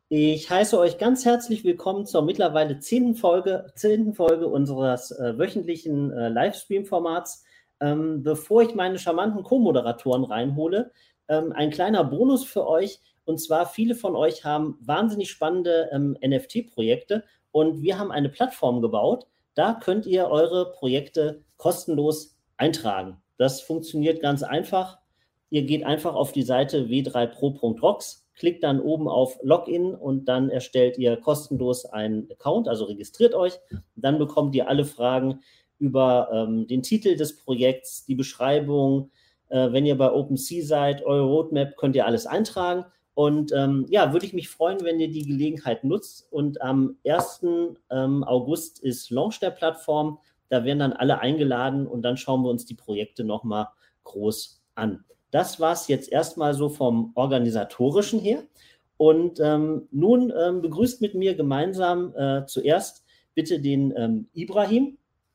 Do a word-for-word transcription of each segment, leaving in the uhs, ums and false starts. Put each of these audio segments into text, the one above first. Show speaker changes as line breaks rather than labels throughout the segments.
Ich heiße euch ganz herzlich willkommen zur mittlerweile zehnten Folge, zehnten Folge unseres äh, wöchentlichen äh, Livestream-Formats. Ähm, bevor ich meine charmanten Co-Moderatoren reinhole, ähm, ein kleiner Bonus für euch. Und zwar, viele von euch haben wahnsinnig spannende ähm, N F T-Projekte und wir haben eine Plattform gebaut. Da könnt ihr eure Projekte kostenlos eintragen. Das funktioniert ganz einfach. Ihr geht einfach auf die Seite w drei pro punkt rocks, klickt dann oben auf Login und dann erstellt ihr kostenlos einen Account, also registriert euch. Dann bekommt ihr alle Fragen über ähm, den Titel des Projekts, die Beschreibung. Äh, wenn ihr bei OpenSea seid, eure Roadmap, könnt ihr alles eintragen. Und ähm, ja, würde ich mich freuen, wenn ihr die Gelegenheit nutzt. Und am ersten Ähm, August ist Launch der Plattform. Da werden dann alle eingeladen und dann schauen wir uns die Projekte nochmal groß an. Das war es jetzt erstmal so vom Organisatorischen her. Und ähm, nun ähm, begrüßt mit mir gemeinsam äh, zuerst bitte den ähm, Ibrahim.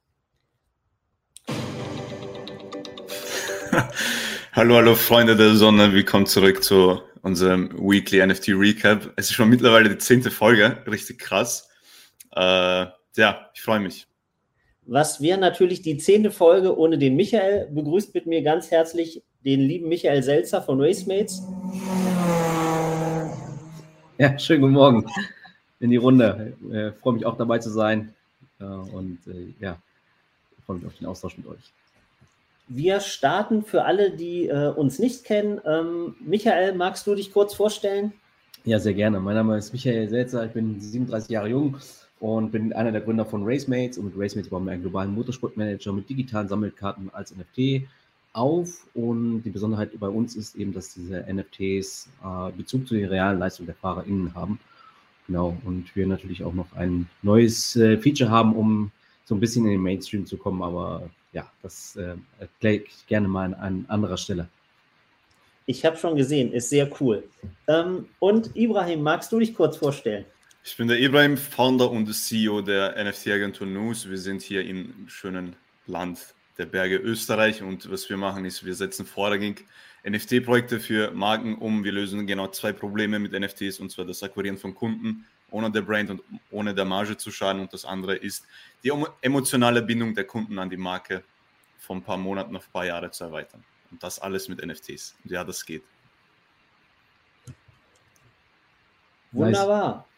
Hallo, hallo Freunde der Sonne, willkommen zurück zu unserem Weekly N F T Recap. Es ist schon mittlerweile die zehnte Folge, richtig krass. Äh, ja, ich freue mich.
Was wäre natürlich die zehnte Folge ohne den Michael? Begrüßt mit mir ganz herzlich den lieben Michael Selzer von Racemates.
Ja, schönen guten Morgen in die Runde. Ich äh, freue mich auch dabei zu sein äh, und äh, ja, ich freue mich auf den Austausch mit euch.
Wir starten für alle, die äh, uns nicht kennen. Ähm, Michael, magst du dich kurz vorstellen?
Ja, sehr gerne. Mein Name ist Michael Selzer, ich bin siebenunddreißig Jahre jung und bin einer der Gründer von Racemates. Und mit Racemates bauen wir einen globalen Motorsportmanager mit digitalen Sammelkarten als N F T auf. Und die Besonderheit bei uns ist eben, dass diese N F Ts äh, Bezug zu den realen Leistungen der FahrerInnen haben. Genau, und wir natürlich auch noch ein neues äh, Feature haben, um so ein bisschen in den Mainstream zu kommen. Aber ja, das äh, erkläre ich gerne mal an, an anderer Stelle.
Ich habe schon gesehen, ist sehr cool. Ähm, und Ibrahim, magst du dich kurz vorstellen?
Ich bin der Ibrahim, Founder und C E O der N F T-Agentur News. Wir sind hier im schönen Land der Berge Österreich und was wir machen ist, wir setzen vorrangig N F T-Projekte für Marken um. Wir lösen genau zwei Probleme mit N F Ts, und zwar das Akquirieren von Kunden ohne der Brand und ohne der Marge zu schaden, und das andere ist die emotionale Bindung der Kunden an die Marke von ein paar Monaten auf ein paar Jahre zu erweitern. Und das alles mit N F Ts. Und ja, das geht.
Wunderbar.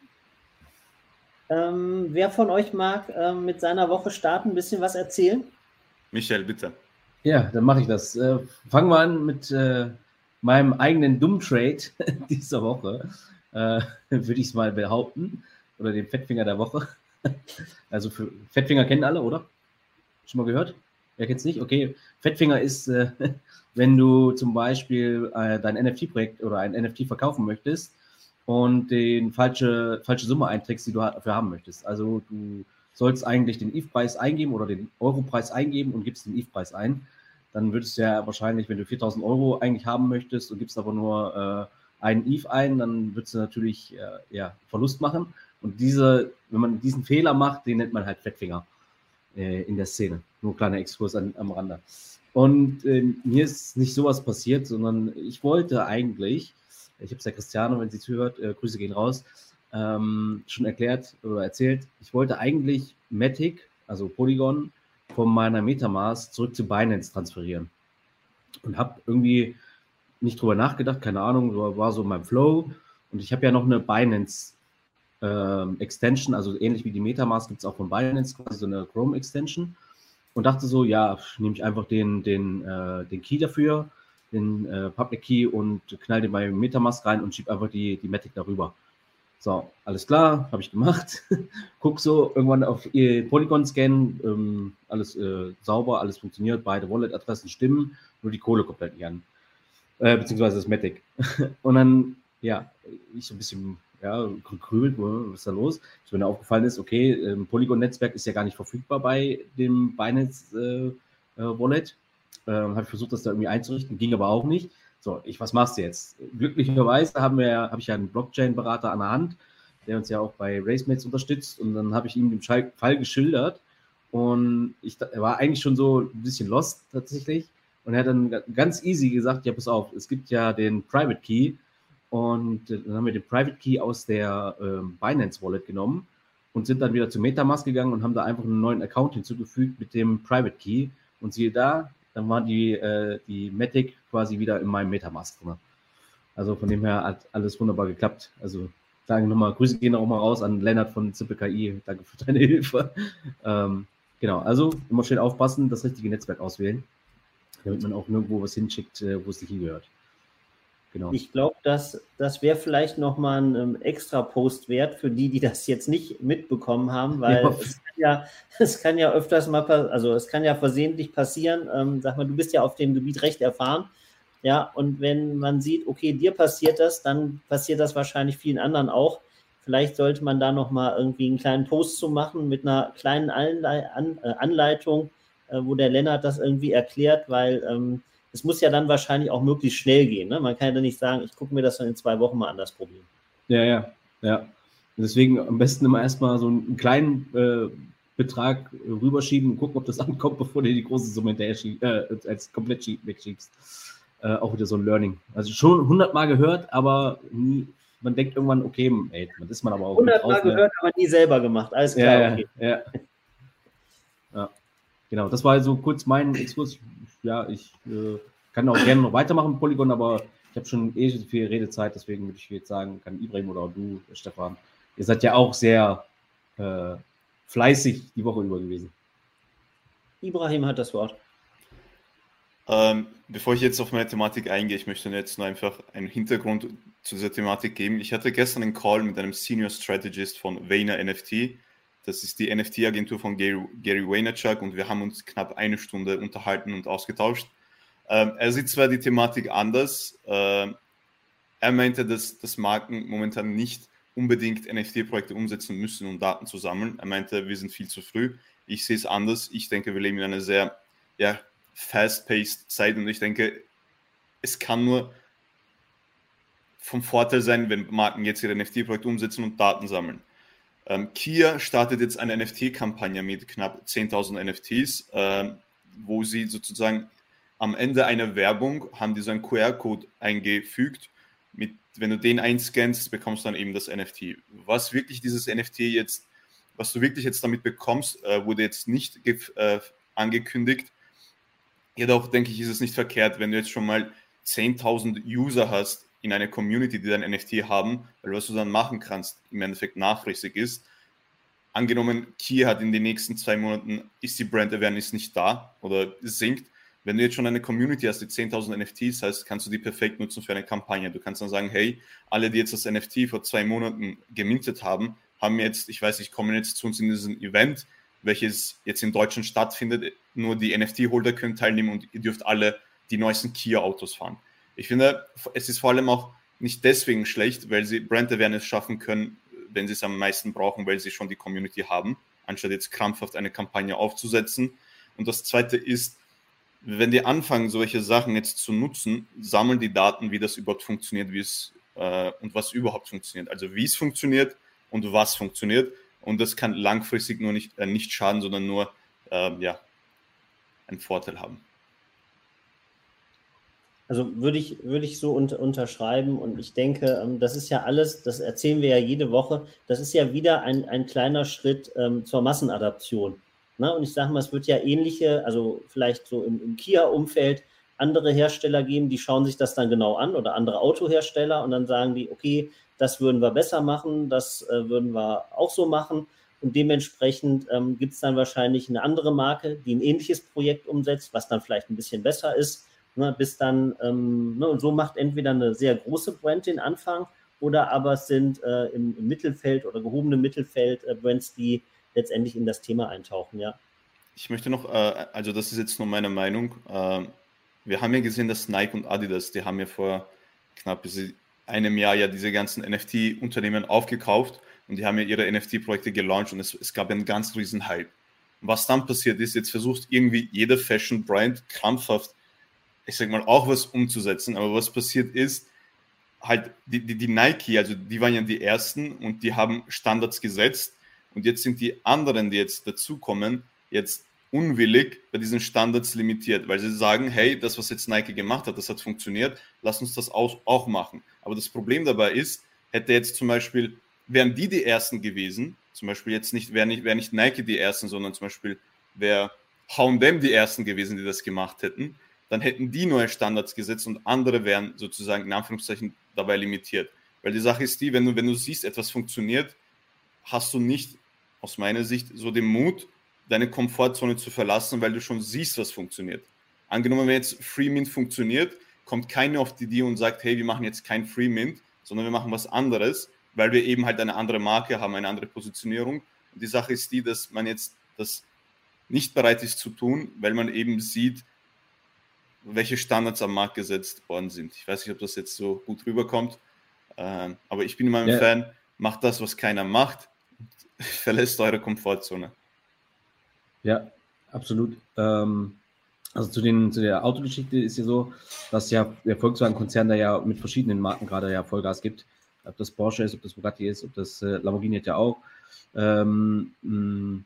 Nice. Ähm, wer von euch mag ähm, mit seiner Woche starten, ein bisschen was erzählen?
Michael, bitte.
Ja, dann mache ich das. Äh, fangen wir an mit äh, meinem eigenen Dumm-Trade dieser Woche, äh, würde ich es mal behaupten. Oder den Fettfinger der Woche. Also für Fettfinger kennen alle, oder? Schon mal gehört? Wer kennt es nicht? Okay, Fettfinger ist, äh, wenn du zum Beispiel äh, dein N F T-Projekt oder ein N F T verkaufen möchtest und den falsche, falsche Summe einträgst, die du dafür haben möchtest. Also du sollst eigentlich den E T H-Preis eingeben oder den Euro-Preis eingeben und gibst den E T H-Preis ein. Dann würdest du ja wahrscheinlich, wenn du viertausend Euro eigentlich haben möchtest und gibst aber nur äh, einen E T H ein, dann würdest du natürlich äh, ja, Verlust machen. Und diese, wenn man diesen Fehler macht, den nennt man halt Fettfinger äh, in der Szene. Nur ein kleiner Exkurs an, am Rande. Und äh, mir ist nicht sowas passiert, sondern ich wollte eigentlich, ich habe es der Christiane, wenn sie zuhört, äh, Grüße gehen raus, ähm, schon erklärt oder erzählt, ich wollte eigentlich Matic, also Polygon, von meiner Metamask zurück zu Binance transferieren. Und habe irgendwie nicht drüber nachgedacht, keine Ahnung, war so in meinem Flow. Und ich habe ja noch eine Binance äh, Extension, also ähnlich wie die Metamask gibt es auch von Binance quasi so eine Chrome Extension. Und dachte so, ja, nehme ich einfach den, den, äh, den Key dafür, den äh, Public Key, und knall den bei Metamask rein und schiebe einfach die, die Matic darüber. So, alles klar, habe ich gemacht. Guck so irgendwann auf ihr Polygon-Scan, ähm, alles äh, sauber, alles funktioniert, beide Wallet-Adressen stimmen, nur die Kohle kommt halt nicht an. Äh, beziehungsweise das Matic. Und dann, ja, ich so ein bisschen, ja, gekrübelt, was ist da los? So, wenn mir aufgefallen ist, okay, ähm, Polygon-Netzwerk ist ja gar nicht verfügbar bei dem Binance äh, äh, Wallet. Ähm, habe ich versucht, das da irgendwie einzurichten, ging aber auch nicht. So, ich, was machst du jetzt? Glücklicherweise haben wir, habe ich ja einen Blockchain-Berater an der Hand, der uns ja auch bei Racemates unterstützt, und dann habe ich ihm den Fall geschildert und ich, er war eigentlich schon so ein bisschen lost tatsächlich, und er hat dann ganz easy gesagt, ja, pass auf, es gibt ja den Private Key und äh, dann haben wir den Private Key aus der äh, Binance Wallet genommen und sind dann wieder zu MetaMask gegangen und haben da einfach einen neuen Account hinzugefügt mit dem Private Key. Und siehe da, dann war die, äh, die Matic quasi wieder in meinem MetaMask drin. Also von dem her hat alles wunderbar geklappt. Also sagen nochmal, Grüße gehen auch mal raus an Lennart von Simple K I. Danke für deine Hilfe. Ähm, genau, also immer schön aufpassen, das richtige Netzwerk auswählen, damit man auch nirgendwo was hinschickt, wo es nicht hingehört. Genau.
Ich glaube, dass das wäre vielleicht nochmal ein ähm, extra Post wert für die, die das jetzt nicht mitbekommen haben, weil ja. Es, kann ja, es kann ja öfters mal, also es kann ja versehentlich passieren. Ähm, sag mal, du bist ja auf dem Gebiet recht erfahren. Ja, und wenn man sieht, okay, dir passiert das, dann passiert das wahrscheinlich vielen anderen auch. Vielleicht sollte man da nochmal irgendwie einen kleinen Post zu machen mit einer kleinen Anle- An- äh, Anleitung, äh, wo der Lennart das irgendwie erklärt, weil ähm, es muss ja dann wahrscheinlich auch möglichst schnell gehen. Ne? Man kann ja dann nicht sagen, ich gucke mir das dann in zwei Wochen mal an, das Problem.
Ja, ja, ja. Und deswegen am besten immer erstmal so einen kleinen äh, Betrag rüberschieben und gucken, ob das ankommt, bevor du die große Summe hinterher schieb, äh, als komplett wegschiebst. Äh, auch wieder so ein Learning. Also schon hundertmal gehört, aber nie, man denkt irgendwann, okay, ey, das ist man aber auch
hundertmal gehört, aber nie selber gemacht. Alles klar,
ja,
okay.
Ja, ja. Genau, das war so kurz mein Exkurs. Ja, ich äh, kann auch gerne noch weitermachen mit Polygon, aber ich habe schon eh so viel Redezeit, deswegen würde ich jetzt sagen, kann Ibrahim oder du, Stefan, ihr seid ja auch sehr äh, fleißig die Woche über gewesen.
Ibrahim hat das Wort.
Ähm, bevor ich jetzt auf meine Thematik eingehe, ich möchte jetzt nur einfach einen Hintergrund zu dieser Thematik geben. Ich hatte gestern einen Call mit einem Senior Strategist von Vayner N F T. Das ist die N F T-Agentur von Gary, Gary Vaynerchuk und wir haben uns knapp eine Stunde unterhalten und ausgetauscht. Ähm, er sieht zwar die Thematik anders. Äh, er meinte, dass, dass Marken momentan nicht unbedingt N F T-Projekte umsetzen müssen, um Daten zu sammeln. Er meinte, wir sind viel zu früh. Ich sehe es anders. Ich denke, wir leben in einer sehr ja, fast-paced Zeit und ich denke, es kann nur vom Vorteil sein, wenn Marken jetzt ihre N F T-Projekte umsetzen und Daten sammeln. Ähm, Kia startet jetzt eine N F T-Kampagne mit knapp zehntausend N F Ts, ähm, wo sie sozusagen am Ende einer Werbung haben die so einen Q R-Code eingefügt. Mit, wenn du den einscannst, bekommst du dann eben das N F T. Was wirklich dieses N F T jetzt, was du wirklich jetzt damit bekommst, äh, wurde jetzt nicht äh, angekündigt. Jedoch denke ich, ist es nicht verkehrt, wenn du jetzt schon mal zehntausend User hast in einer Community, die dein N F T haben, weil was du dann machen kannst, im Endeffekt nachlässig ist. Angenommen, Kia hat in den nächsten zwei Monaten, ist die Brand Awareness nicht da oder sinkt. Wenn du jetzt schon eine Community hast, die zehntausend N F Ts heißt, kannst du die perfekt nutzen für eine Kampagne. Du kannst dann sagen, hey, alle, die jetzt das N F T vor zwei Monaten gemintet haben, haben jetzt, ich weiß nicht, kommen jetzt zu uns in diesen Event, welches jetzt in Deutschland stattfindet. Nur die N F T-Holder können teilnehmen und ihr dürft alle die neuesten Kia-Autos fahren. Ich finde, es ist vor allem auch nicht deswegen schlecht, weil sie Brand Awareness schaffen können, wenn sie es am meisten brauchen, weil sie schon die Community haben, anstatt jetzt krampfhaft eine Kampagne aufzusetzen. Und das Zweite ist, wenn die anfangen, solche Sachen jetzt zu nutzen, sammeln die Daten, wie das überhaupt funktioniert, wie es äh, und was überhaupt funktioniert. Also wie es funktioniert und was funktioniert. Und das kann langfristig nur nicht, äh, nicht schaden, sondern nur äh, ja, einen Vorteil haben.
Also würde ich, würde ich so unter, unterschreiben und ich denke, ähm, das ist ja alles, das erzählen wir ja jede Woche, das ist ja wieder ein, ein kleiner Schritt ähm, zur Massenadaption. Na, und ich sage mal, es wird ja ähnliche, also vielleicht so im, im Kia-Umfeld andere Hersteller geben, die schauen sich das dann genau an oder andere Autohersteller und dann sagen die, okay, das würden wir besser machen, das äh, würden wir auch so machen und dementsprechend ähm, gibt es dann wahrscheinlich eine andere Marke, die ein ähnliches Projekt umsetzt, was dann vielleicht ein bisschen besser ist. Ne, bis dann, ähm, ne, und so macht entweder eine sehr große Brand den Anfang oder aber es sind äh, im, im Mittelfeld oder gehobenen Mittelfeld äh, Brands, die letztendlich in das Thema eintauchen, ja.
Ich möchte noch, äh, also das ist jetzt nur meine Meinung, äh, wir haben ja gesehen, dass Nike und Adidas, die haben ja vor knapp einem Jahr ja diese ganzen N F T-Unternehmen aufgekauft und die haben ja ihre N F T-Projekte gelauncht und es, es gab einen ganz riesen Hype. Was dann passiert ist, jetzt versucht irgendwie jede Fashion-Brand krampfhaft, ich sag mal, auch was umzusetzen, aber was passiert ist, halt die, die, die Nike, also die waren ja die Ersten und die haben Standards gesetzt und jetzt sind die anderen, die jetzt dazukommen, jetzt unwillig bei diesen Standards limitiert, weil sie sagen, hey, das, was jetzt Nike gemacht hat, das hat funktioniert, lass uns das auch machen. Aber das Problem dabei ist, hätte jetzt zum Beispiel, wären die die Ersten gewesen, zum Beispiel jetzt nicht, wäre nicht, wär nicht Nike die Ersten, sondern zum Beispiel wäre H und M die Ersten gewesen, die das gemacht hätten, dann hätten die neue Standards gesetzt und andere wären sozusagen in Anführungszeichen dabei limitiert. Weil die Sache ist die, wenn du, wenn du siehst, etwas funktioniert, hast du nicht, aus meiner Sicht, so den Mut, deine Komfortzone zu verlassen, weil du schon siehst, was funktioniert. Angenommen, wenn jetzt Free Mint funktioniert, kommt keiner auf die Idee und sagt, hey, wir machen jetzt kein Free Mint, sondern wir machen was anderes, weil wir eben halt eine andere Marke haben, eine andere Positionierung. Und die Sache ist die, dass man jetzt das nicht bereit ist zu tun, weil man eben sieht, welche Standards am Markt gesetzt worden sind. Ich weiß nicht, ob das jetzt so gut rüberkommt, ähm, aber ich bin immer ein ja. Fan, macht das, was keiner macht, verlässt eure Komfortzone.
Ja, absolut. Ähm, also zu, den, zu der Autogeschichte ist ja so, dass ja der Volkswagen-Konzern da ja mit verschiedenen Marken gerade ja Vollgas gibt. Ob das Porsche ist, ob das Bugatti ist, ob das äh, Lamborghini hat ja auch ähm, mh,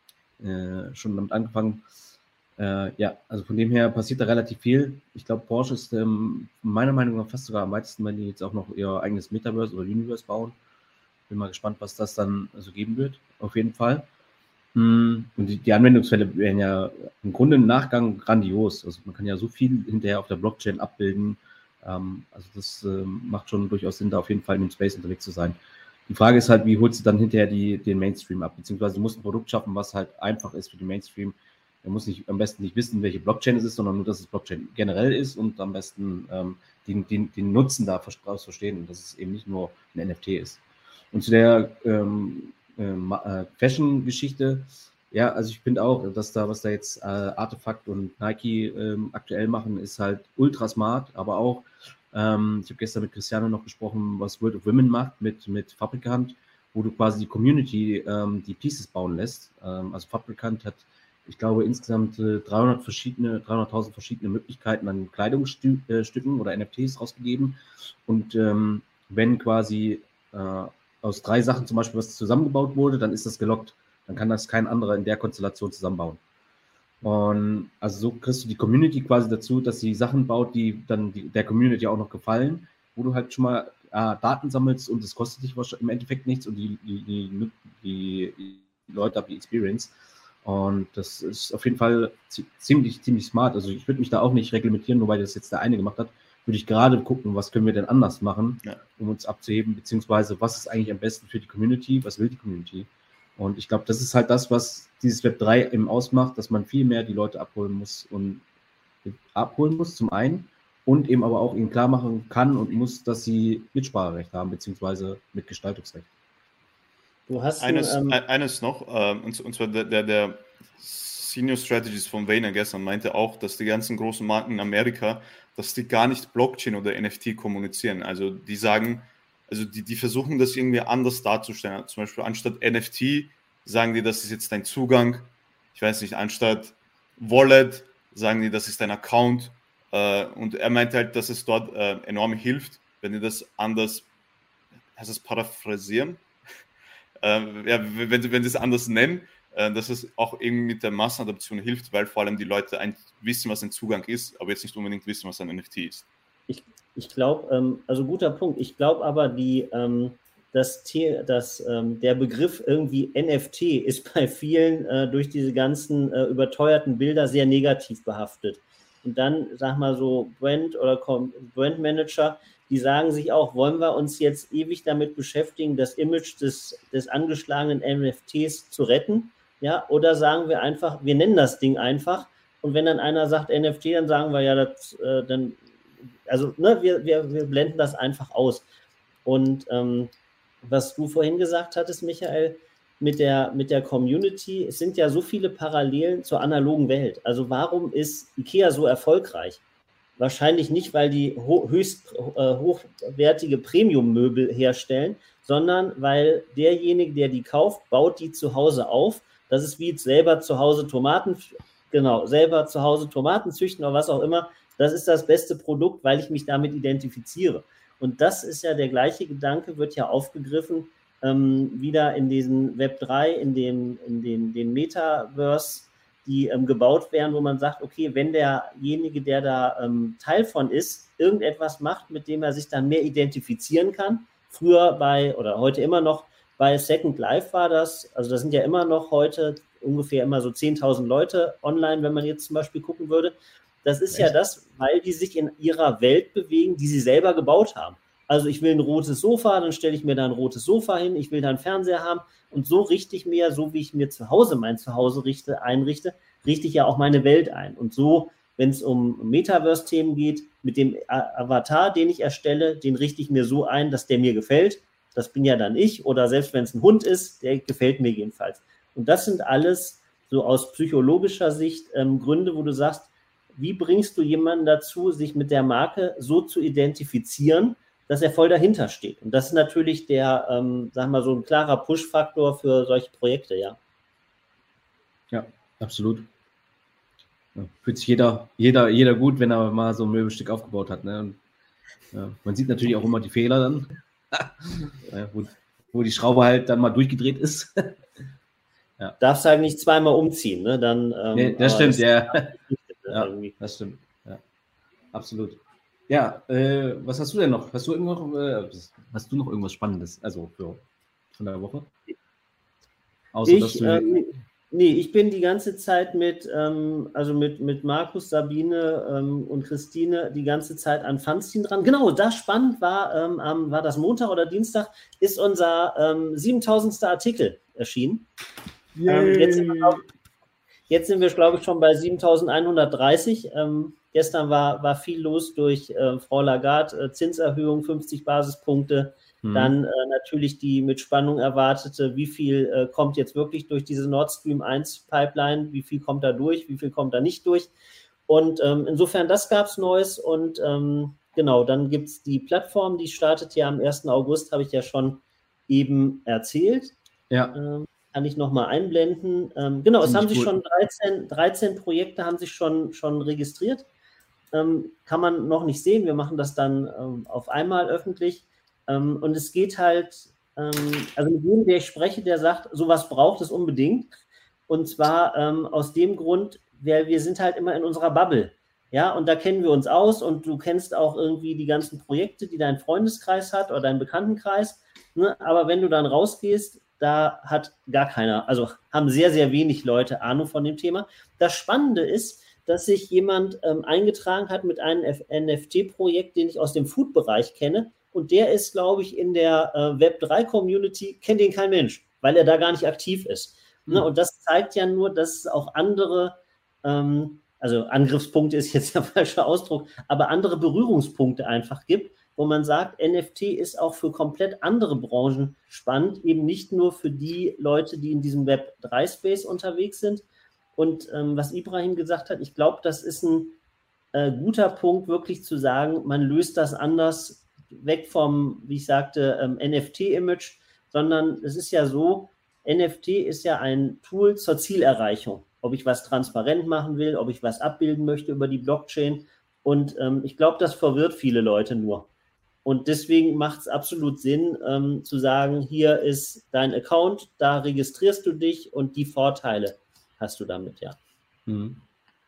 äh, schon damit angefangen. Äh, ja, also von dem her passiert da relativ viel. Ich glaube, Porsche ist ähm, meiner Meinung nach fast sogar am weitesten, wenn die jetzt auch noch ihr eigenes Metaverse oder Universe bauen. Bin mal gespannt, was das dann so geben wird, auf jeden Fall. Und die, die Anwendungsfälle werden ja im Grunde im Nachgang grandios. Also man kann ja so viel hinterher auf der Blockchain abbilden. Ähm, also das ähm, macht schon durchaus Sinn, da auf jeden Fall in dem Space unterwegs zu sein. Die Frage ist halt, wie holst du dann hinterher die, den Mainstream ab? Beziehungsweise du musst ein Produkt schaffen, was halt einfach ist für den Mainstream. Er muss nicht, am besten nicht wissen, welche Blockchain es ist, sondern nur, dass es Blockchain generell ist und am besten ähm, den, den, den Nutzen da verstehen und dass es eben nicht nur ein N F T ist. Und zu der ähm, äh, Fashion-Geschichte, ja, also ich finde auch, dass da, was da jetzt äh, Artefakt und Nike ähm, aktuell machen, ist halt ultra smart, aber auch, ähm, ich habe gestern mit Cristiano noch gesprochen, was World of Women macht mit, mit Fabricant, wo du quasi die Community ähm, die Pieces bauen lässt. Ähm, also Fabricant hat, ich glaube, insgesamt äh, dreihundert verschiedene, dreihunderttausend verschiedene Möglichkeiten an Kleidungsstücken äh, oder N F Ts rausgegeben. Und ähm, wenn quasi äh, aus drei Sachen zum Beispiel was zusammengebaut wurde, dann ist das gelockt. Dann kann das kein anderer in der Konstellation zusammenbauen. Und also so kriegst du die Community quasi dazu, dass sie Sachen baut, die dann die, der Community auch noch gefallen, wo du halt schon mal äh, Daten sammelst und es kostet dich im Endeffekt nichts und die, die, die, die, die Leute haben die Experience. Und das ist auf jeden Fall ziemlich, ziemlich smart. Also ich würde mich da auch nicht reglementieren, nur weil das jetzt der eine gemacht hat. Würde ich gerade gucken, was können wir denn anders machen, ja. um uns abzuheben, beziehungsweise was ist eigentlich am besten für die Community, was will die Community. Und ich glaube, das ist halt das, was dieses Web drei eben ausmacht, dass man viel mehr die Leute abholen muss und abholen muss zum einen und eben aber auch ihnen klar machen kann und muss, dass sie Mitspracherecht haben, beziehungsweise Mitgestaltungsrecht.
Du hast eines, ein, ähm, eines noch, äh, und, und zwar der, der, der Senior Strategist von Vayner gestern meinte auch, dass die ganzen großen Marken in Amerika, dass die gar nicht Blockchain oder N F T kommunizieren. Also die sagen, also die, die versuchen das irgendwie anders darzustellen. Zum Beispiel anstatt N F T sagen die, das ist jetzt dein Zugang. Ich weiß nicht, anstatt Wallet sagen die, das ist dein Account. Äh, und er meinte halt, dass es dort äh, enorm hilft, wenn die das anders, heißt es paraphrasieren? äh, ja, wenn, wenn sie es anders nennen, äh, dass es auch irgendwie mit der Massenadaption hilft, weil vor allem die Leute ein, wissen, was ein Zugang ist, aber jetzt nicht unbedingt wissen, was ein N F T ist.
Ich, ich glaube, ähm, also guter Punkt, ich glaube aber, die, ähm, dass, dass ähm, der Begriff irgendwie N F T ist bei vielen äh, durch diese ganzen äh, überteuerten Bilder sehr negativ behaftet. Und dann, sag mal so, Brand oder Brandmanager, die sagen sich auch, wollen wir uns jetzt ewig damit beschäftigen, das Image des, des angeschlagenen N F Ts zu retten? Ja, oder sagen wir einfach, wir nennen das Ding einfach. Und wenn dann einer sagt N F T, dann sagen wir ja, das, äh, dann, also ne, wir, wir, wir blenden das einfach aus. Und ähm, was du vorhin gesagt hattest, Michael, mit der, mit der Community, es sind ja so viele Parallelen zur analogen Welt. Also warum ist IKEA so erfolgreich? Wahrscheinlich nicht, weil die ho- höchst äh, hochwertige Premium-Möbel herstellen, sondern weil derjenige, der die kauft, baut die zu Hause auf. Das ist wie selber zu Hause Tomaten, genau, selber zu Hause Tomaten züchten oder was auch immer. Das ist das beste Produkt, weil ich mich damit identifiziere. Und das ist ja der gleiche Gedanke, wird ja aufgegriffen, ähm, wieder in diesen Web drei, in den, in den, den Metaverse die ähm, gebaut werden, wo man sagt, okay, wenn derjenige, der da ähm, Teil von ist, irgendetwas macht, mit dem er sich dann mehr identifizieren kann. Früher bei, oder heute immer noch, bei Second Life war das, also das sind ja immer noch heute ungefähr immer so zehntausend Leute online, wenn man jetzt zum Beispiel gucken würde. Das ist Echt? ja das, weil die sich in ihrer Welt bewegen, die sie selber gebaut haben. Also ich will ein rotes Sofa, dann stelle ich mir da ein rotes Sofa hin, ich will da einen Fernseher haben und so richte ich mir, so wie ich mir zu Hause mein Zuhause richte, einrichte, richte ich ja auch meine Welt ein. Und so, wenn es um Metaverse-Themen geht, mit dem Avatar, den ich erstelle, den richte ich mir so ein, dass der mir gefällt. Das bin ja dann ich, oder selbst wenn es ein Hund ist, der gefällt mir jedenfalls. Und das sind alles so aus psychologischer Sicht ähm, Gründe, wo du sagst, wie bringst du jemanden dazu, sich mit der Marke so zu identifizieren, dass er voll dahinter steht. Und das ist natürlich der, ähm, sagen wir mal, so ein klarer Push-Faktor für solche Projekte, ja.
Ja, absolut. Ja, fühlt sich jeder, jeder, jeder gut, wenn er mal so ein Möbelstück aufgebaut hat. Ne? Und, ja, man sieht natürlich auch immer die Fehler dann, ja, wo, wo die Schraube halt dann mal durchgedreht ist.
Ja. Darfst halt nicht zweimal umziehen, ne? Dann, ähm,
nee, das stimmt,
das
ja. Ja, das stimmt, ja. Absolut. Ja, äh, was hast du denn noch? Hast du irgendwo, äh, hast du noch irgendwas Spannendes, also für, von der Woche?
Außer, ich, dass du ähm, nee, ich bin die ganze Zeit mit, ähm, also mit, mit Markus, Sabine ähm, und Christine die ganze Zeit an Fanzine dran. Genau, das spannend war, ähm, am, war das Montag oder Dienstag, ist unser ähm, siebentausendster Artikel erschienen. Ähm, jetzt sind wir, glaub, jetzt sind wir, glaube ich, schon bei siebentausendeinhundertdreißig. Ähm, Gestern war, war viel los durch äh, Frau Lagarde, äh, Zinserhöhung, fünfzig Basispunkte, mhm. dann äh, natürlich die mit Spannung erwartete, wie viel äh, kommt jetzt wirklich durch diese Nord Stream eins Pipeline, wie viel kommt da durch, wie viel kommt da nicht durch. Und ähm, insofern, das gab es Neues und ähm, genau, dann gibt es die Plattform, die startet ja am ersten August, habe ich ja schon eben erzählt.
Ja.
Ähm, kann ich nochmal einblenden. Ähm, genau, Ziemlich es haben sich gut. schon dreizehn, dreizehn Projekte haben sich schon, schon registriert. Ähm, kann man noch nicht sehen. Wir machen das dann ähm, auf einmal öffentlich. Ähm, und es geht halt, ähm, also mit jedem, der ich spreche, der sagt, sowas braucht es unbedingt. Und zwar ähm, aus dem Grund, weil wir sind halt immer in unserer Bubble. Ja, und da kennen wir uns aus und du kennst auch irgendwie die ganzen Projekte, die dein Freundeskreis hat oder dein Bekanntenkreis. Ne? Aber wenn du dann rausgehst, da hat gar keiner, also haben sehr, sehr wenig Leute Ahnung von dem Thema. Das Spannende ist, dass sich jemand ähm, eingetragen hat mit einem N F T-Projekt, den ich aus dem Food-Bereich kenne. Und der ist, glaube ich, in der äh, Web drei Community, kennt den kein Mensch, weil er da gar nicht aktiv ist. Mhm. Ne? Und das zeigt ja nur, dass es auch andere, ähm, also Angriffspunkte ist jetzt der falsche Ausdruck, aber andere Berührungspunkte einfach gibt, wo man sagt, N F T ist auch für komplett andere Branchen spannend, eben nicht nur für die Leute, die in diesem Web drei Space unterwegs sind. Und ähm, was Ibrahim gesagt hat, ich glaube, das ist ein äh, guter Punkt, wirklich zu sagen, man löst das anders weg vom, wie ich sagte, ähm, N F T-Image, sondern es ist ja so, N F T ist ja ein Tool zur Zielerreichung. Ob ich was transparent machen will, ob ich was abbilden möchte über die Blockchain. Und ähm, ich glaube, das verwirrt viele Leute nur. Und deswegen macht es absolut Sinn, ähm, zu sagen, hier ist dein Account, da registrierst du dich und die Vorteile hast du damit, ja.
Mhm.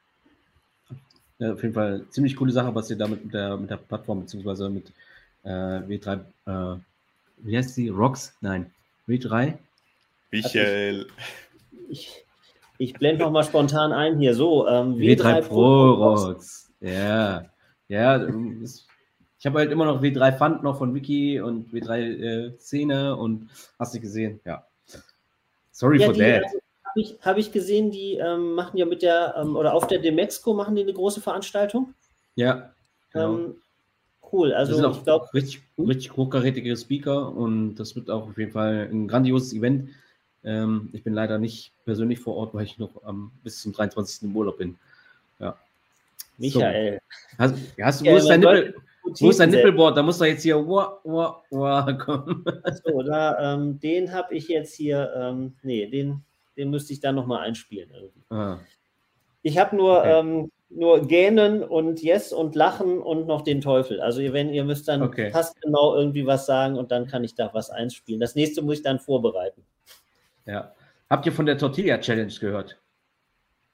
Ja, auf jeden Fall ziemlich coole Sache, was ihr damit mit der, mit der Plattform beziehungsweise mit äh, W drei, äh, wie heißt sie? Rocks? Nein, W drei?
Michael.
Ich, ich, ich blende nochmal spontan ein hier, so. Ähm,
W drei, W drei Pro Rocks. Ja, ja, ich habe halt immer noch W drei Fund noch von Wiki und W drei äh, Szene und hast du gesehen, ja. Sorry ja, for
die,
that.
Also, Habe ich, hab ich gesehen, die ähm, machen ja mit der, ähm, oder auf der Demexco machen die eine große Veranstaltung.
Ja, genau.
Ähm, cool, also
das sind auch
ich glaube...
Richtig, richtig hochkarätige Speaker und das wird auch auf jeden Fall ein grandioses Event. Ähm, ich bin leider nicht persönlich vor Ort, weil ich noch ähm, bis zum dreiundzwanzigsten im Urlaub bin. Ja.
Michael.
So. Hast, hast, ja, wo ist dein, Nippel, wo ist dein Nippelboard? Da muss doch jetzt hier wah, wah, wah kommen.
Achso, da, ähm, den habe ich jetzt hier, ähm, nee, den... Den müsste ich dann nochmal einspielen. Irgendwie.
Ah.
Ich habe nur,
Okay.
ähm, nur Gähnen und Yes und Lachen und noch den Teufel. Also ihr, wenn, ihr müsst dann
okay.
fast genau irgendwie was sagen und dann kann ich da was einspielen. Das nächste muss ich dann vorbereiten.
Ja. Habt ihr von der Tortilla Challenge gehört?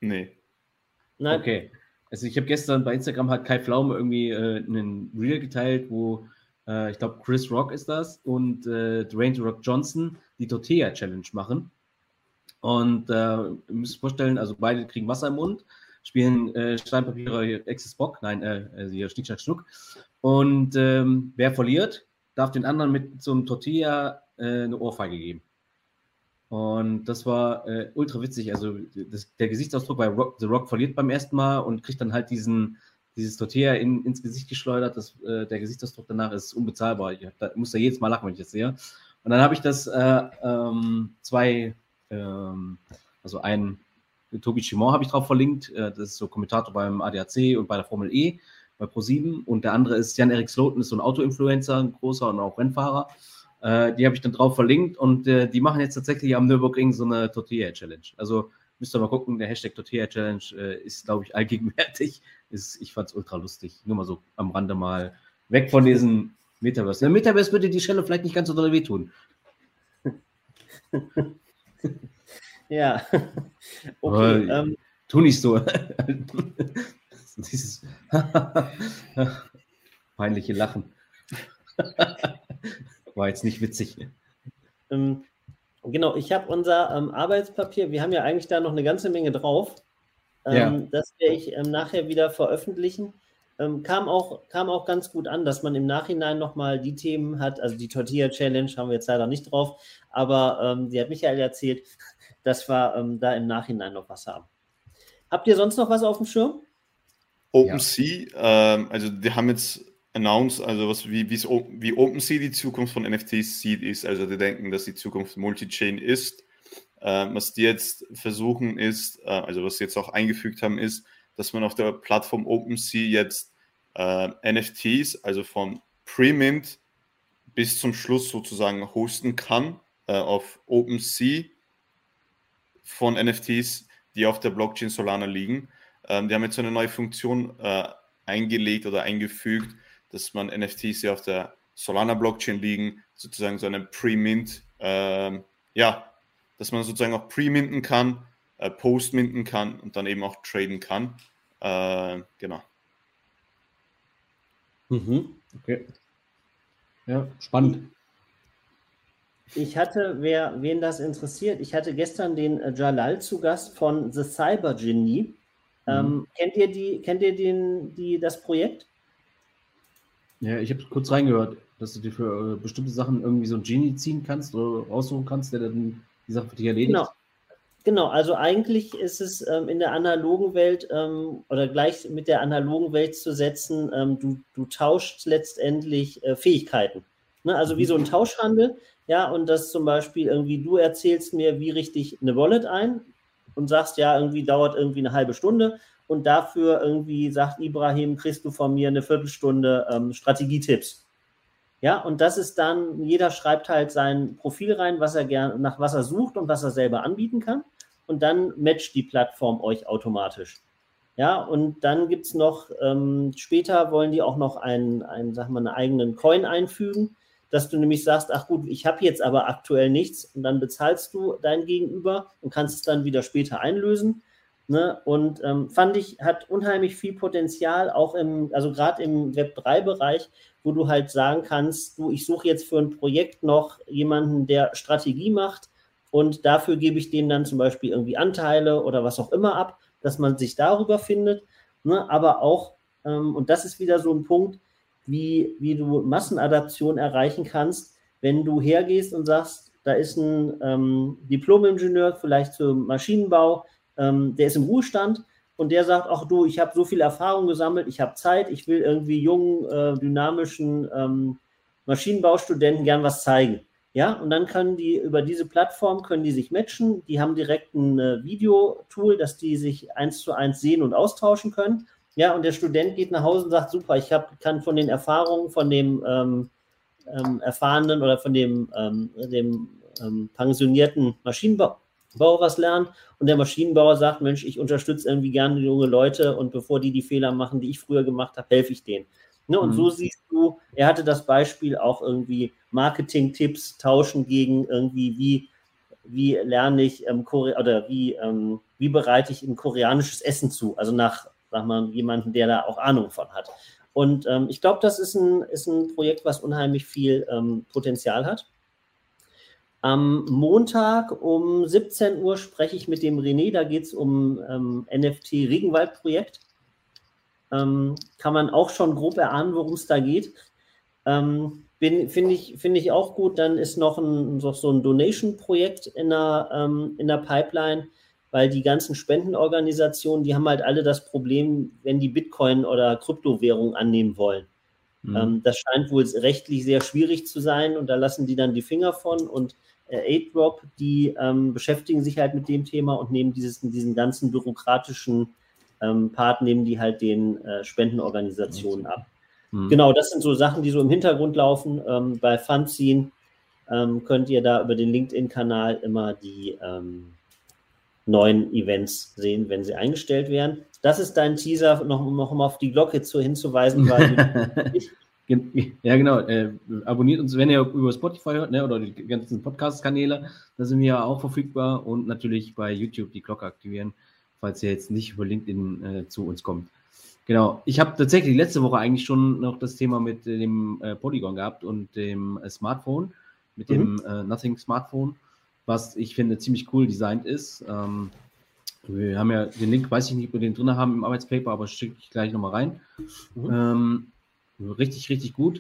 Nee.
Nein. Okay. Also ich habe gestern bei Instagram hat Kai Pflaume irgendwie äh, einen Reel geteilt, wo äh, ich glaube Chris Rock ist das und äh, Dwayne The Rock Johnson die Tortilla Challenge machen. Und äh, ihr müsst euch vorstellen, also beide kriegen Wasser im Mund, spielen äh, Steinpapiere, Exes Bock, nein, äh, also hier Schnick, Schnack, Schnuck. Und ähm, wer verliert, darf den anderen mit so einem Tortilla äh, eine Ohrfeige geben. Und das war äh, ultra witzig. Also das, der Gesichtsausdruck bei Rock, The Rock verliert beim ersten Mal und kriegt dann halt diesen, dieses Tortilla in, ins Gesicht geschleudert. Das, äh, der Gesichtsausdruck danach ist unbezahlbar. Ich da, muss da jedes Mal lachen, wenn ich das sehe. Und dann habe ich das äh, ähm, zwei, ähm, also einen Tobi Chimon habe ich drauf verlinkt. Äh, das ist so Kommentator beim A D A C und bei der Formel E, bei ProSieben. Und der andere ist Jan-Erik Sloten, ist so ein Auto-Influencer, ein großer und auch Rennfahrer. Die habe ich dann drauf verlinkt und äh, die machen jetzt tatsächlich am Nürburgring so eine Tortilla-Challenge. Also müsst ihr mal gucken, der Hashtag Tortilla-Challenge äh, ist, glaube ich, allgegenwärtig. Ist, ich fand es ultra lustig. Nur mal so am Rande mal weg von diesen Metaverse. Der Metaverse würde die Stelle vielleicht nicht ganz so doll wehtun.
Ja. Okay. Ähm,
tu nicht so. Dieses peinliche Lachen. War jetzt nicht witzig.
Ähm, genau, ich habe unser ähm, Arbeitspapier, wir haben ja eigentlich da noch eine ganze Menge drauf. Ähm, ja. Das werde ich ähm, nachher wieder veröffentlichen. Ähm, kam, auch, kam auch ganz gut an, dass man im Nachhinein nochmal die Themen hat, also die Tortilla-Challenge haben wir jetzt leider nicht drauf, aber ähm, die hat Michael erzählt, dass wir ähm, da im Nachhinein noch was haben. Habt ihr sonst noch was auf dem Schirm?
OpenSea, ja. ähm, also die haben jetzt announced, also was wie wie OpenSea die Zukunft von N F Ts sieht, ist, also die denken, dass die Zukunft Multi-Chain ist. Äh, was die jetzt versuchen ist, äh, also was sie jetzt auch eingefügt haben, ist, dass man auf der Plattform OpenSea jetzt äh, N F Ts, also von Pre-Mint bis zum Schluss sozusagen hosten kann äh, auf OpenSea von N F Ts, die auf der Blockchain Solana liegen. Ähm, die haben jetzt so eine neue Funktion äh, eingelegt oder eingefügt, dass man N F Ts, die auf der Solana-Blockchain liegen, sozusagen so einen Pre-Mint, äh, ja, dass man sozusagen auch pre-minten kann, äh, post-minten kann und dann eben auch traden kann. Äh, genau.
Mhm. Okay. Ja, spannend.
Ich hatte, wer, wen das interessiert, ich hatte gestern den äh, Jalal zu Gast von The Cyber Genie. Mhm. Ähm, kennt ihr die, kennt ihr den, die, das Projekt?
Ja, ich habe kurz reingehört, dass du dir für äh, bestimmte Sachen irgendwie so ein Genie ziehen kannst oder raussuchen kannst, der dann die Sache für dich erledigt.
Genau. Genau, also eigentlich ist es ähm, in der analogen Welt ähm, oder gleich mit der analogen Welt zu setzen, ähm, du, du tauschst letztendlich äh, Fähigkeiten. Ne? Also wie so ein Tauschhandel, ja, und das zum Beispiel irgendwie, du erzählst mir, wie richte ich eine Wallet ein und sagst, ja, irgendwie dauert irgendwie eine halbe Stunde und dafür irgendwie sagt Ibrahim, kriegst du von mir eine Viertelstunde ähm, Strategietipps. Ja, und das ist dann, jeder schreibt halt sein Profil rein, was er gern, nach was er sucht und was er selber anbieten kann. Und dann matcht die Plattform euch automatisch. Ja, und dann gibt es noch, ähm, später wollen die auch noch einen, einen, sag mal, einen eigenen Coin einfügen, dass du nämlich sagst, ach gut, ich habe jetzt aber aktuell nichts und dann bezahlst du dein Gegenüber und kannst es dann wieder später einlösen. Ne? Und ähm, fand ich, hat unheimlich viel Potenzial, auch im, also gerade im Web drei Bereich, wo du halt sagen kannst, du, ich suche jetzt für ein Projekt noch jemanden, der Strategie macht und dafür gebe ich dem dann zum Beispiel irgendwie Anteile oder was auch immer ab, dass man sich darüber findet, ne? Aber auch, ähm, und das ist wieder so ein Punkt, wie, wie du Massenadaption erreichen kannst, wenn du hergehst und sagst, da ist ein ähm, Diplom-Ingenieur vielleicht zum Maschinenbau, ähm, der ist im Ruhestand und der sagt, ach du, ich habe so viel Erfahrung gesammelt, ich habe Zeit, ich will irgendwie jungen, äh, dynamischen ähm, Maschinenbaustudenten gern was zeigen. Ja, und dann können die über diese Plattform, können die sich matchen, die haben direkt ein äh, Videotool, dass die sich eins zu eins sehen und austauschen können. Ja, und der Student geht nach Hause und sagt, super, ich hab, kann von den Erfahrungen von dem ähm, ähm, erfahrenen oder von dem, ähm, dem ähm, pensionierten Maschinenbauer was lernen und der Maschinenbauer sagt, Mensch, ich unterstütze irgendwie gerne junge Leute und bevor die die Fehler machen, die ich früher gemacht habe, helfe ich denen. Ne, und mhm. so siehst du, er hatte das Beispiel auch irgendwie Marketing-Tipps tauschen gegen irgendwie, wie wie lerne ich ähm, Kore- oder wie, ähm, wie bereite ich ein koreanisches Essen zu, also nach, sag mal, jemandem, der da auch Ahnung von hat. Und ähm, ich glaube, das ist ein, ist ein Projekt, was unheimlich viel ähm, Potenzial hat. Am Montag um siebzehn Uhr spreche ich mit dem René, da geht es um ähm, N F T-Regenwald-Projekt. Ähm, kann man auch schon grob erahnen, worum es da geht. Ähm, Finde ich, find ich auch gut. Dann ist noch, ein, noch so ein Donation-Projekt in der, ähm, in der Pipeline, weil die ganzen Spendenorganisationen, die haben halt alle das Problem, wenn die Bitcoin oder Kryptowährung annehmen wollen. Mhm. Ähm, das scheint wohl rechtlich sehr schwierig zu sein und da lassen die dann die Finger von und äh, Airdrop, die ähm, beschäftigen sich halt mit dem Thema und nehmen dieses, diesen ganzen bürokratischen ähm, Part, nehmen die halt den äh, Spendenorganisationen ab. Mhm. Genau, das sind so Sachen, die so im Hintergrund laufen. Ähm, bei Fundzine ähm, könnt ihr da über den LinkedIn-Kanal immer die ähm, neuen Events sehen, wenn sie eingestellt werden. Das ist dein Teaser, noch, noch um auf die Glocke zu, hinzuweisen. Weil
ja, genau. Äh, abonniert uns, wenn ihr über Spotify hört, ne, oder die ganzen Podcast-Kanäle, da sind wir ja auch verfügbar und natürlich bei YouTube die Glocke aktivieren, falls ihr jetzt nicht über LinkedIn äh, zu uns kommt. Genau, ich habe tatsächlich letzte Woche eigentlich schon noch das Thema mit dem äh, Polygon gehabt und dem äh, Smartphone, mit mhm. dem äh, Nothing Smartphone, was ich finde ziemlich cool designt ist. Ähm, wir haben ja den Link, weiß ich nicht, ob wir den drin haben im Arbeitspaper, aber schicke ich gleich nochmal rein. Mhm. Ähm, richtig, richtig gut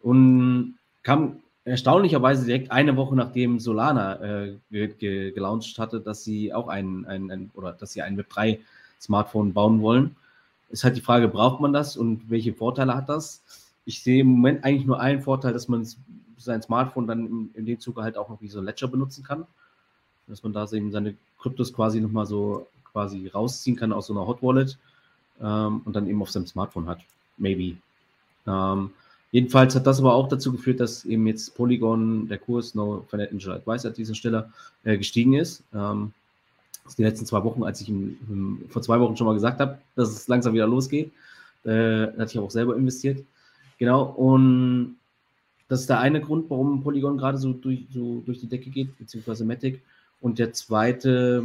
und kam erstaunlicherweise direkt eine Woche nachdem Solana äh, ge ge gelauncht hatte, dass sie auch ein, ein, ein oder dass sie ein Web drei Smartphone bauen wollen. Ist halt die Frage, braucht man das und welche Vorteile hat das? Ich sehe im Moment eigentlich nur einen Vorteil, dass man sein Smartphone dann in, in dem Zuge halt auch noch wie so Ledger benutzen kann. Dass man da eben seine Kryptos quasi nochmal so quasi rausziehen kann aus so einer Hot Wallet ähm, und dann eben auf seinem Smartphone hat. Maybe. Ähm, jedenfalls hat das aber auch dazu geführt, dass eben jetzt Polygon, der Kurs No Financial Advice an dieser Stelle äh, gestiegen ist. Ähm, die letzten zwei Wochen, als ich im, im, vor zwei Wochen schon mal gesagt habe, dass es langsam wieder losgeht. Äh, hatte ich auch selber investiert. Genau, und das ist der eine Grund, warum Polygon gerade so durch, so durch die Decke geht, beziehungsweise Matic. Und der zweite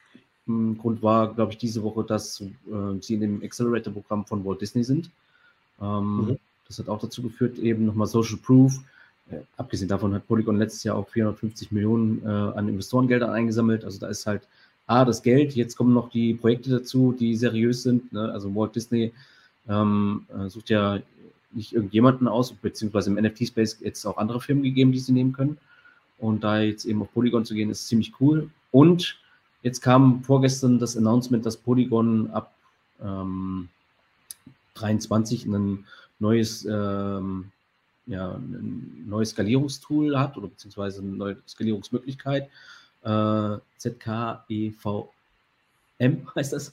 ähm, Grund war, glaube ich, diese Woche, dass äh, sie in dem Accelerator-Programm von Walt Disney sind. Ähm, mhm. Das hat auch dazu geführt, eben nochmal Social Proof. Äh, abgesehen davon hat Polygon letztes Jahr auch vierhundertfünfzig Millionen äh, an Investorengeldern eingesammelt. Also da ist halt A, das Geld, jetzt kommen noch die Projekte dazu, die seriös sind. Ne? Also Walt Disney ähm, sucht ja nicht irgendjemanden aus, beziehungsweise im N F T-Space jetzt auch andere Firmen gegeben, die sie nehmen können. Und da jetzt eben auf Polygon zu gehen, ist ziemlich cool. Und jetzt kam vorgestern das Announcement, dass Polygon ab ähm, dreiundzwanzig ein neues, ähm, ja, ein neues Skalierungstool hat oder beziehungsweise eine neue Skalierungsmöglichkeit. Äh, Z K E V M heißt das.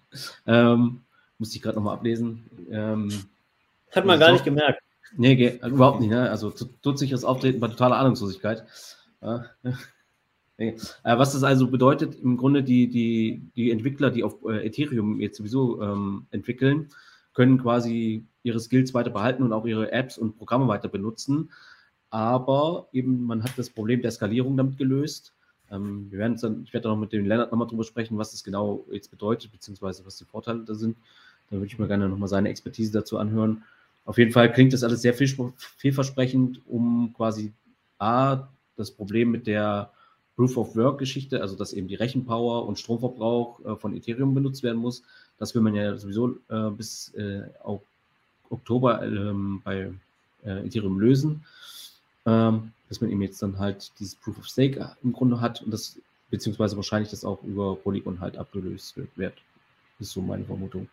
ähm, musste ich gerade nochmal ablesen. Ähm,
Hat man gar so, nicht gemerkt.
Nee, ge- überhaupt nicht. Ne? Also tut sich das Auftreten bei totaler Ahnungslosigkeit. Ja. Nee. Äh, was das also bedeutet, im Grunde die, die, die Entwickler, die auf äh, Ethereum jetzt sowieso ähm, entwickeln, können quasi ihre Skills weiter behalten und auch ihre Apps und Programme weiter benutzen. Aber eben man hat das Problem der Skalierung damit gelöst. Ähm, wir werden dann, ich werde auch mit dem Lennart nochmal drüber sprechen, was das genau jetzt bedeutet, beziehungsweise was die Vorteile da sind. Da würde ich mir gerne nochmal seine Expertise dazu anhören. Auf jeden Fall klingt das alles sehr viel, vielversprechend, um quasi A, das Problem mit der Proof-of-Work-Geschichte, also dass eben die Rechenpower und Stromverbrauch äh, von Ethereum benutzt werden muss. Das will man ja sowieso äh, bis äh, auf Oktober ähm, bei äh, Ethereum lösen. Ähm, dass man eben jetzt dann halt dieses Proof-of-Stake im Grunde hat und das, beziehungsweise wahrscheinlich das auch über Polygon halt abgelöst wird. Das ist so meine Vermutung.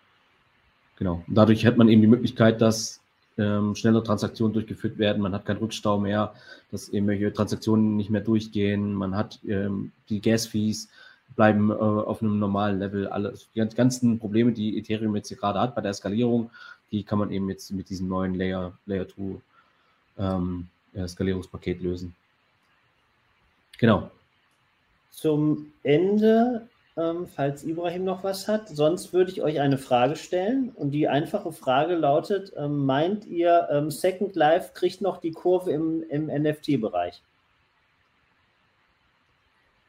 Genau. Und dadurch hat man eben die Möglichkeit, dass ähm, schnelle Transaktionen durchgeführt werden. Man hat keinen Rückstau mehr, dass irgendwelche Transaktionen nicht mehr durchgehen. Man hat ähm, die Gas-Fees bleiben äh, auf einem normalen Level. Alle die ganzen Probleme, die Ethereum jetzt hier gerade hat bei der Skalierung, die kann man eben jetzt mit diesem neuen Layer, Layer zwei ähm, ja, Skalierungspaket lösen. Genau.
Zum Ende, ähm, falls Ibrahim noch was hat, sonst würde ich euch eine Frage stellen und die einfache Frage lautet, ähm, meint ihr, ähm, Second Life kriegt noch die Kurve im, im N F T-Bereich?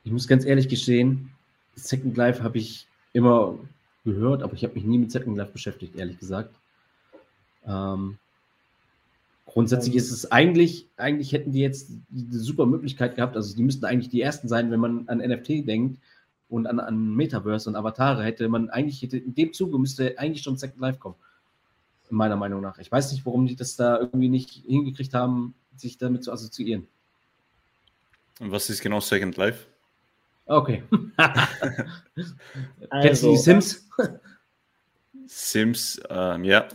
Ich muss ganz ehrlich gestehen, Second Life habe ich immer gehört, aber ich habe mich nie mit Second Life beschäftigt, ehrlich gesagt. Ähm, grundsätzlich ist es eigentlich, eigentlich hätten die jetzt eine super Möglichkeit gehabt, also die müssten eigentlich die Ersten sein, wenn man an N F T denkt und an, an Metaverse und Avatare, hätte man eigentlich, hätte, in dem Zuge müsste eigentlich schon Second Life kommen. Meiner Meinung nach. Ich weiß nicht, warum die das da irgendwie nicht hingekriegt haben, sich damit zu assoziieren.
Und was ist genau Second Life?
Okay.
Also,
Kennst du die Sims?
Sims, ähm, ja.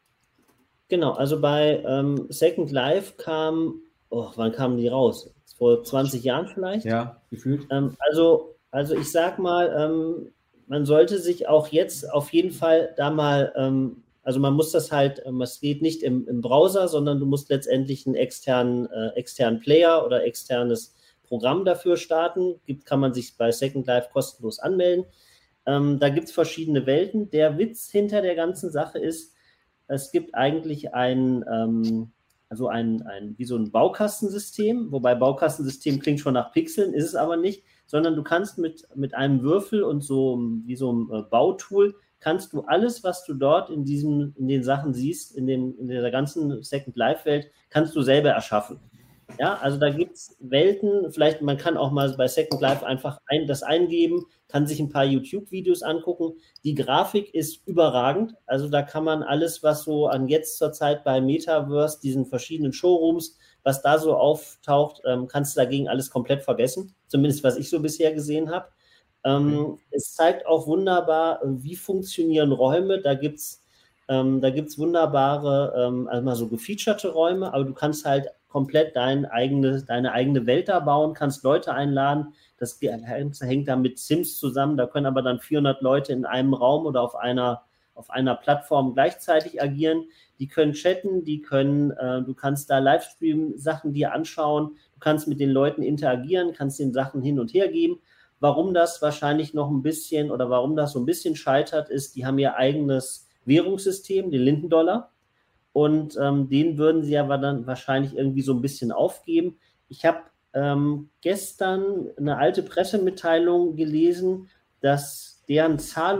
Genau, also bei ähm, Second Life kam, oh, wann kamen die raus? Vor zwanzig Jahren vielleicht?
Ja, gefühlt.
Ähm, also, also ich sag mal, ähm, man sollte sich auch jetzt auf jeden Fall da mal, ähm, also man muss das halt, ähm, es geht nicht im, im Browser, sondern du musst letztendlich einen externen, äh, externen Player oder externes Programm dafür starten. Gibt, kann man sich bei Second Life kostenlos anmelden. Ähm, da gibt es verschiedene Welten. Der Witz hinter der ganzen Sache ist, es gibt eigentlich ein, ähm, also ein, ein, wie so ein Baukastensystem, wobei Baukastensystem klingt schon nach Pixeln, ist es aber nicht, sondern du kannst mit, mit einem Würfel und so wie so einem äh, Bautool, kannst du alles, was du dort in diesem, in den Sachen siehst, in, den, in der ganzen Second Life-Welt, kannst du selber erschaffen. Ja, also da gibt es Welten, vielleicht, man kann auch mal bei Second Life einfach ein, das eingeben, kann sich ein paar YouTube-Videos angucken. Die Grafik ist überragend, also da kann man alles, was so an jetzt zur Zeit bei Metaverse, diesen verschiedenen Showrooms, was da so auftaucht, ähm, kannst du dagegen alles komplett vergessen, zumindest was ich so bisher gesehen habe. Ähm, mhm. Es zeigt auch wunderbar, wie funktionieren Räume, da gibt es ähm, da gibt's wunderbare, ähm, also mal so gefeaturete Räume, aber du kannst halt komplett dein eigene, deine eigene Welt da bauen, kannst Leute einladen, das hängt dann mit Sims zusammen, da können aber dann vierhundert Leute in einem Raum oder auf einer, auf einer Plattform gleichzeitig agieren, die können chatten, die können, äh, du kannst da Livestream-Sachen dir anschauen, du kannst mit den Leuten interagieren, kannst den Sachen hin und her geben. Warum das wahrscheinlich noch ein bisschen oder warum das so ein bisschen scheitert, ist, die haben ihr eigenes Währungssystem, den Lindendollar. Und ähm, den würden sie aber dann wahrscheinlich irgendwie so ein bisschen aufgeben. Ich habe ähm, gestern eine alte Pressemitteilung gelesen, dass deren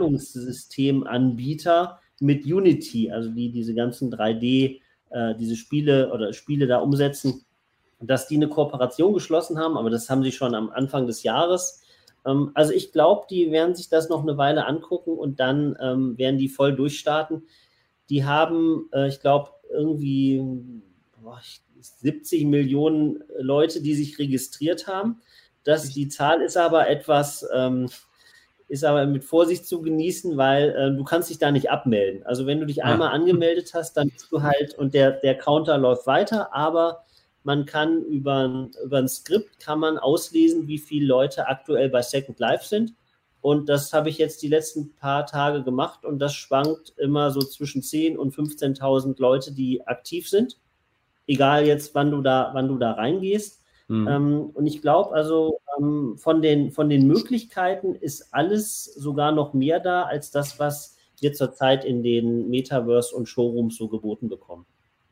Zahlungssystemanbieter mit Unity, also die diese ganzen drei D, äh, diese Spiele oder Spiele da umsetzen, dass die eine Kooperation geschlossen haben, aber das haben sie schon am Anfang des Jahres. Ähm, also ich glaube, die werden sich das noch eine Weile angucken und dann ähm, werden die voll durchstarten. Die haben, äh, ich glaube, irgendwie boah, siebzig Millionen Leute, die sich registriert haben. Das, die Zahl ist aber etwas, ähm, ist aber mit Vorsicht zu genießen, weil äh, du kannst dich da nicht abmelden. Also wenn du dich einmal ah. angemeldet hast, dann bist du halt, und der, der Counter läuft weiter, aber man kann über, über ein Skript kann man auslesen, wie viele Leute aktuell bei Second Life sind. Und das habe ich jetzt die letzten paar Tage gemacht und das schwankt immer so zwischen zehntausend und fünfzehntausend Leute, die aktiv sind. Egal jetzt, wann du da, wann du da reingehst. Mhm. Ähm, und ich glaube, also ähm, von den, von den Möglichkeiten ist alles sogar noch mehr da, als das, was wir zurzeit in den Metaverse und Showrooms so geboten bekommen.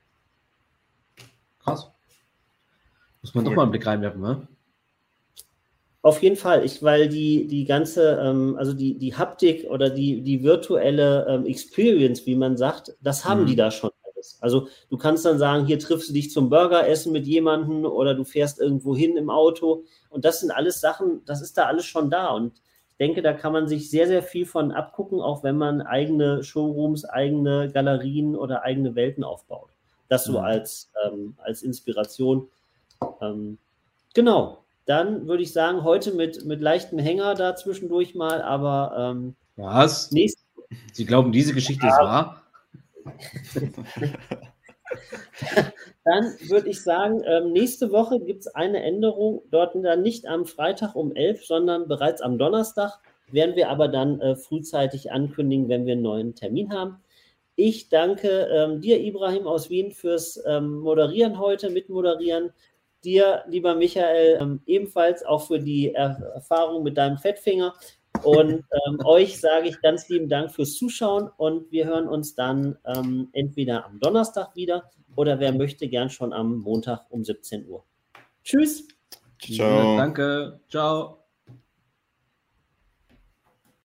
Krass. Muss man doch mal einen Blick reinwerfen, ne?
Auf jeden Fall, ich, weil die, die ganze, ähm, also die, die Haptik oder die, die virtuelle ähm, Experience, wie man sagt, das haben mhm. die da schon alles. Also du kannst dann sagen, hier triffst du dich zum Burgeressen mit jemandem oder du fährst irgendwo hin im Auto und das sind alles Sachen, das ist da alles schon da und ich denke, da kann man sich sehr, sehr viel von abgucken, auch wenn man eigene Showrooms, eigene Galerien oder eigene Welten aufbaut. Das so mhm. als, ähm, als Inspiration. Ähm, genau. Dann würde ich sagen, heute mit, mit leichtem Hänger da zwischendurch mal, aber ähm,
was? Nächste... Sie glauben, diese Geschichte ja. ist wahr?
Dann würde ich sagen, ähm, nächste Woche gibt es eine Änderung, dort dann nicht am Freitag um elf, sondern bereits am Donnerstag, werden wir aber dann äh, frühzeitig ankündigen, wenn wir einen neuen Termin haben. Ich danke ähm, dir, Ibrahim aus Wien, fürs ähm, Moderieren heute, mitmoderieren. Dir, lieber Michael, ähm, ebenfalls auch für die er- Erfahrung mit deinem Fettfinger. Und ähm, euch sage ich ganz lieben Dank fürs Zuschauen und wir hören uns dann ähm, entweder am Donnerstag wieder oder wer möchte, gern schon am Montag um siebzehn Uhr. Tschüss.
Ciao. Ja, danke. Ciao.